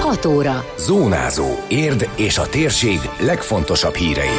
6 óra. Zónázó. Érd és a térség legfontosabb hírei.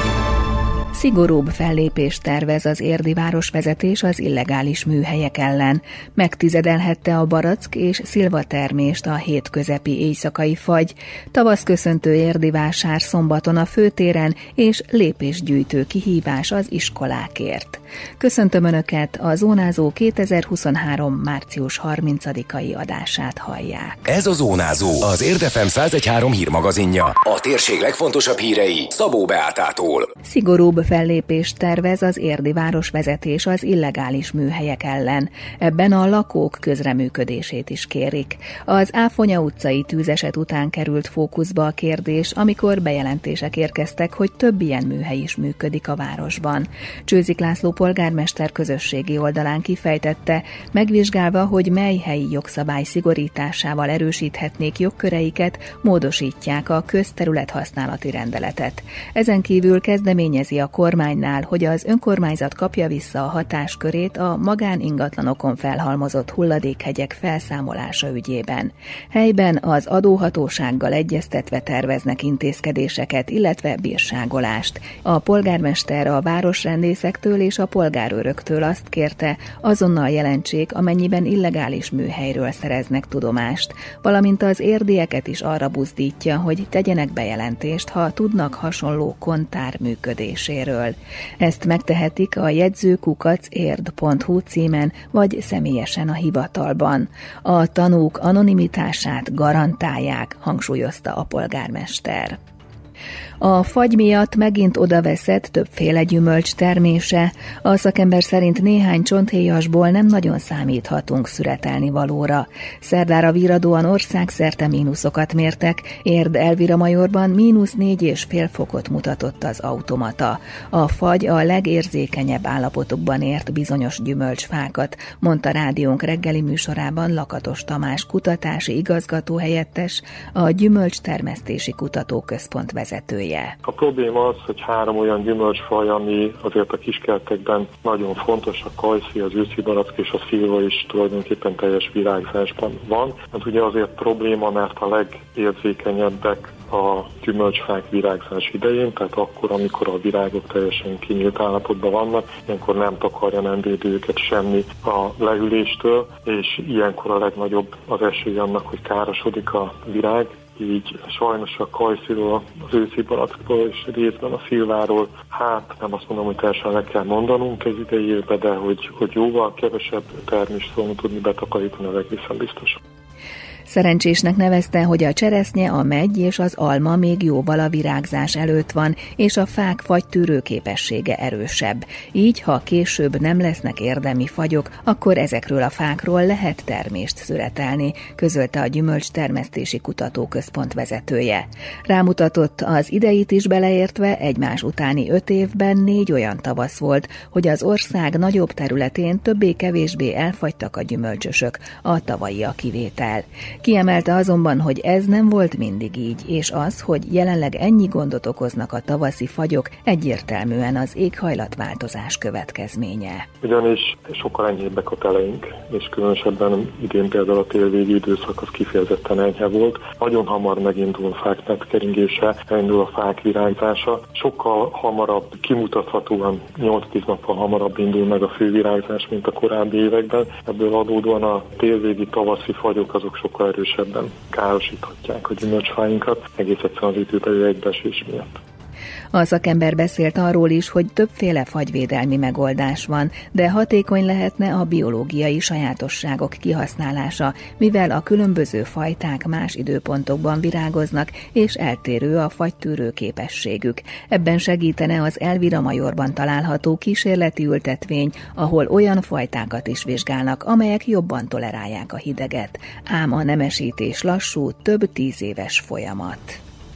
Szigorúbb fellépést tervez az érdi városvezetés az illegális műhelyek ellen. Megtizedelhette a barack és szilvatermést a hét közepi éjszakai fagy. Tavaszköszöntő érdi vásár szombaton a főtéren, és lépésgyűjtő kihívás az iskolákért. Köszöntöm Önöket, a Zónázó 2023. március 30-ai adását hallják. Ez a Zónázó, az Érd FM 101.3 hírmagazinja. A térség legfontosabb hírei Szabó Beátától. Szigorúbb fellépést tervez az érdi városvezetés az illegális műhelyek ellen. Ebben a lakók közreműködését is kérik. Az Áfonya utcai tűzeset után került fókuszba a kérdés, amikor bejelentések érkeztek, hogy több ilyen műhely is működik a városban. Csőzik László polgármester közösségi oldalán kifejtette, megvizsgálva, hogy mely helyi jogszabály szigorításával erősíthetnék jogköreiket, módosítják a közterülethasználati rendeletet. Ezen kívül kezdeményezi a kormánynál, hogy az önkormányzat kapja vissza a hatáskörét a magáningatlanokon felhalmozott hulladékhegyek felszámolása ügyében. Helyben az adóhatósággal egyeztetve terveznek intézkedéseket, illetve bírságolást. A polgármester a városrendészektől és a polgárőröktől azt kérte, azonnal jelentsék, amennyiben illegális műhelyről szereznek tudomást, valamint az érdieket is arra buzdítja, hogy tegyenek bejelentést, ha tudnak hasonló kontár működéséről. Ezt megtehetik a jegyző@érd.hu címen, vagy személyesen a hivatalban. A tanúk anonimitását garantálják, hangsúlyozta a polgármester. A fagy miatt megint odaveszett többféle gyümölcs termése. A szakember szerint néhány csonthéjasból nem nagyon számíthatunk szüretelnivalóra. Szerdára virradóan országszerte mínuszokat mértek, Érd Elvira-Majorban -4,5 fokot mutatott az automata. A fagy a legérzékenyebb állapotokban ért bizonyos gyümölcsfákat, mondta rádiónk reggeli műsorában Lakatos Tamás kutatási igazgatóhelyettes, a Gyümölcstermesztési Kutatóközpont vezetője. A probléma az, hogy 3 olyan gyümölcsfaj, ami azért a kiskertekben nagyon fontos, a kajszi, az őszi barack és a szilva is tulajdonképpen teljes virágzásban van. Hát ugye azért probléma, mert a legérzékenyebbek a gyümölcsfák virágzás idején, tehát akkor, amikor a virágok teljesen kinyílt állapotban vannak, ilyenkor nem takarja, nem védi őket semmi a lehűléstől, és ilyenkor a legnagyobb az esély annak, hogy károsodik a virág. Így sajnos a kajsziról, az őszi barackról és részben a szilváról, hát nem azt mondom, hogy teljesen le kell mondanunk ez idei évben, de hogy jóval kevesebb termést fogunk tudni betakarítani, a egészen biztos. Szerencsésnek nevezte, hogy a cseresznye, a meggy és az alma még jóval a virágzás előtt van, és a fák fagytűrő képessége erősebb. Így, ha később nem lesznek érdemi fagyok, akkor ezekről a fákról lehet termést szüretelni, közölte a Gyümölcstermesztési Kutatóközpont vezetője. Rámutatott, az ideit is beleértve egymás utáni 5 évben 4 olyan tavasz volt, hogy az ország nagyobb területén többé-kevésbé elfagytak a gyümölcsösök, a tavalyi a kivétel. Kiemelte azonban, hogy ez nem volt mindig így, és az, hogy jelenleg ennyi gondot okoznak a tavaszi fagyok, egyértelműen az éghajlatváltozás következménye. Ugyanis sokkal enyhébbek a teleink, és különösebben idén például a télvégi időszak az kifejezetten enyhe volt. Nagyon hamar megindul a fák netkeringése, elindul a fák virágzása. Sokkal hamarabb, kimutathatóan 8-10 nappal hamarabb indul meg a fővirágzás, mint a korábbi években. Ebből adódóan a télvégi tavaszi fagyok azok sokkal erősebben károsíthatják a gyümölcsfáinkat, egész egyszerűen az időbeli egybeesés miatt. A szakember beszélt arról is, hogy többféle fagyvédelmi megoldás van, de hatékony lehetne a biológiai sajátosságok kihasználása, mivel a különböző fajták más időpontokban virágoznak, és eltérő a fagytűrő képességük. Ebben segítene az Elvira-Majorban található kísérleti ültetvény, ahol olyan fajtákat is vizsgálnak, amelyek jobban tolerálják a hideget. Ám a nemesítés lassú, több 10 éves folyamat.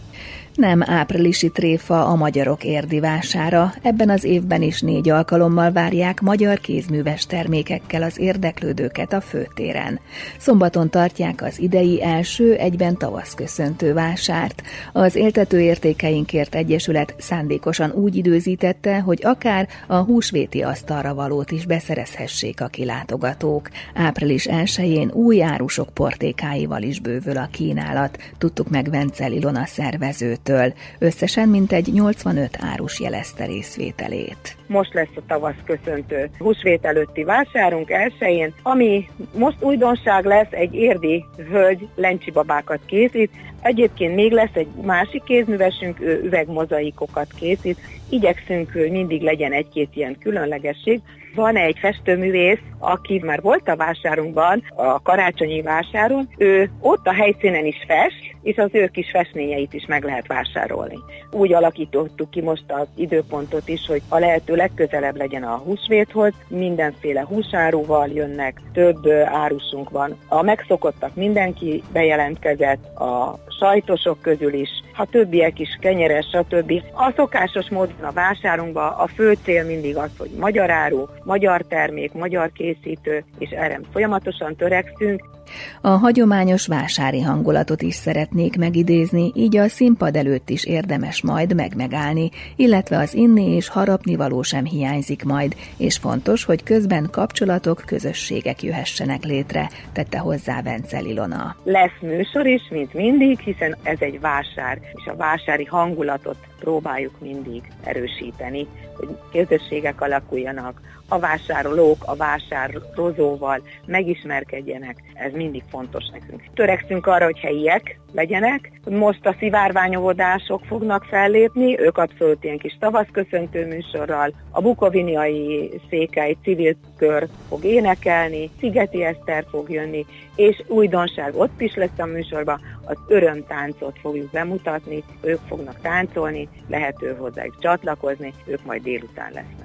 Nem áprilisi tréfa a magyarok érdi vására. Ebben az évben is 4 alkalommal várják magyar kézműves termékekkel az érdeklődőket a főtéren. Szombaton tartják az idei első, egyben tavaszköszöntő vásárt. Az Éltető Értékeinkért Egyesület szándékosan úgy időzítette, hogy akár a húsvéti asztalra valót is beszerezhessék a kilátogatók. Április 1-én új árusok portékáival is bővül a kínálat, tudtuk meg Vencel Ilona szervezőtől. Összesen mintegy 85 árus jelezte részvételét. Most lesz a tavaszköszöntő húsvét előtti vásárunk 1-én, ami most újdonság lesz, egy érdi hölgy lencsibabákat készít, egyébként még lesz egy másik kézművesünk, ő üvegmozaikokat készít, igyekszünk, hogy mindig legyen egy-két ilyen különlegesség. Van egy festőművész, aki már volt a vásárunkban, a karácsonyi vásáron, ő ott a helyszínen is fest, és az ő kis festményeit is meg lehet vásárolni. Úgy alakítottuk ki most az időpontot is, hogy a lehető legközelebb legyen a húsvéthoz, mindenféle húsáruval jönnek, több árusunk van. A megszokottak mindenki bejelentkezett, a sajtosok közül is, a többiek is kenyeres, stb. A szokásos módon a vásárunkban a fő cél mindig az, hogy magyar áru, magyar termék, magyar készítő, és erre folyamatosan törekszünk. A hagyományos vásári hangulatot is szeretnék megidézni, így a színpad előtt is érdemes majd megmegállni, illetve az inni és harapnivaló sem hiányzik majd, és fontos, hogy közben kapcsolatok, közösségek jöhessenek létre, tette hozzá Vencel Ilona. Lesz műsor is, mint mindig, hiszen ez egy vásár, és a vásári hangulatot próbáljuk mindig erősíteni, hogy közösségek alakuljanak, a vásárolók a vásározóval megismerkedjenek, ez mindig fontos nekünk. Törekszünk arra, hogy helyiek legyenek. Most a szivárványóvodások fognak fellépni, ők abszolút ilyen kis tavaszköszöntő műsorral, a bukoviniai székely civil kör fog énekelni, Szigeti Eszter fog jönni, és újdonság ott is lesz a műsorban, az örömtáncot fogjuk bemutatni, ők fognak táncolni, lehet hozzájuk csatlakozni, ők majd délután lesznek.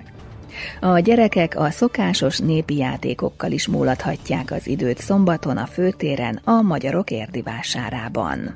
A gyerekek a szokásos népi játékokkal is múlathatják az időt szombaton a főtéren a magyarok érdi vásárában.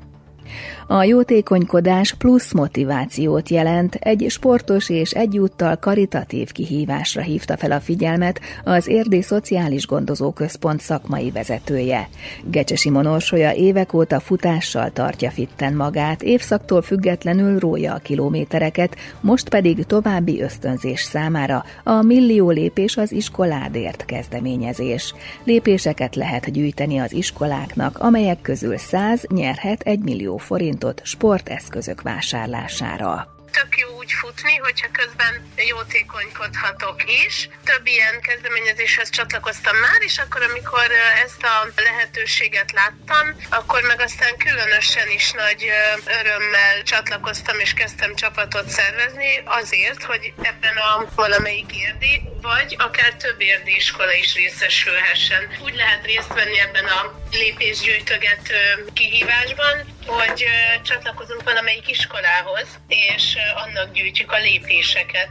A jótékonykodás plusz motivációt jelent, egy sportos és egyúttal karitatív kihívásra hívta fel a figyelmet az Érdi Szociális Gondozó Központ szakmai vezetője. Gecse Simon Orsolya évek óta futással tartja fitten magát, évszaktól függetlenül rója a kilométereket, most pedig további ösztönzés számára a Millió lépés az iskoládért kezdeményezés. Lépéseket lehet gyűjteni az iskoláknak, amelyek közül 100 nyerhet 1 millió forintot sporteszközök vásárlására. Tök jó úgy futni, hogyha közben jótékonykodhatok is. Több ilyen kezdeményezéshez csatlakoztam már, és akkor, amikor ezt a lehetőséget láttam, akkor meg aztán különösen is nagy örömmel csatlakoztam, és kezdtem csapatot szervezni azért, hogy ebben a valamelyik érdi, vagy akár több érdi iskola is részesülhessen. Úgy lehet részt venni ebben a lépésgyűjtögető kihívásban, hogy csatlakozunk valamelyik iskolához, és annak gyűjtjük a lépéseket.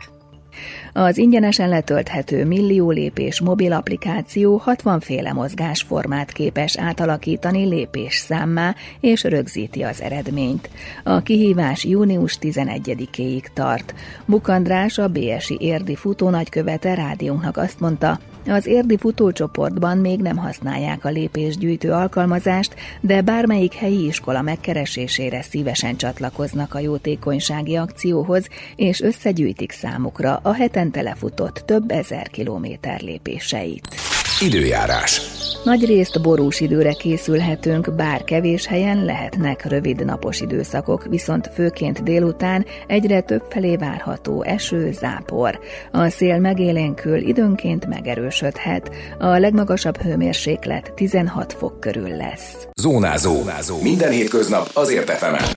Az ingyenesen letölthető Millió lépés mobil applikáció 60 féle mozgásformát képes átalakítani lépésszámmá, és rögzíti az eredményt. A kihívás június 11-éig tart. Buk András, a BSI érdi futónagykövete rádiónknak azt mondta, az érdi futócsoportban még nem használják a lépésgyűjtő alkalmazást, de bármelyik helyi iskola megkeresésére szívesen csatlakoznak a jótékonysági akcióhoz, és összegyűjtik számukra a hetente lefutott több ezer kilométer lépéseit. Időjárás. Nagyrészt borús időre készülhetünk, bár kevés helyen lehetnek rövid napos időszakok, viszont főként délután egyre többfelé várható eső, zápor. A szél megélénkül, időnként megerősödhet. A legmagasabb hőmérséklet 16 fok körül lesz. Zónázó. Minden hétköznap azért FM-en.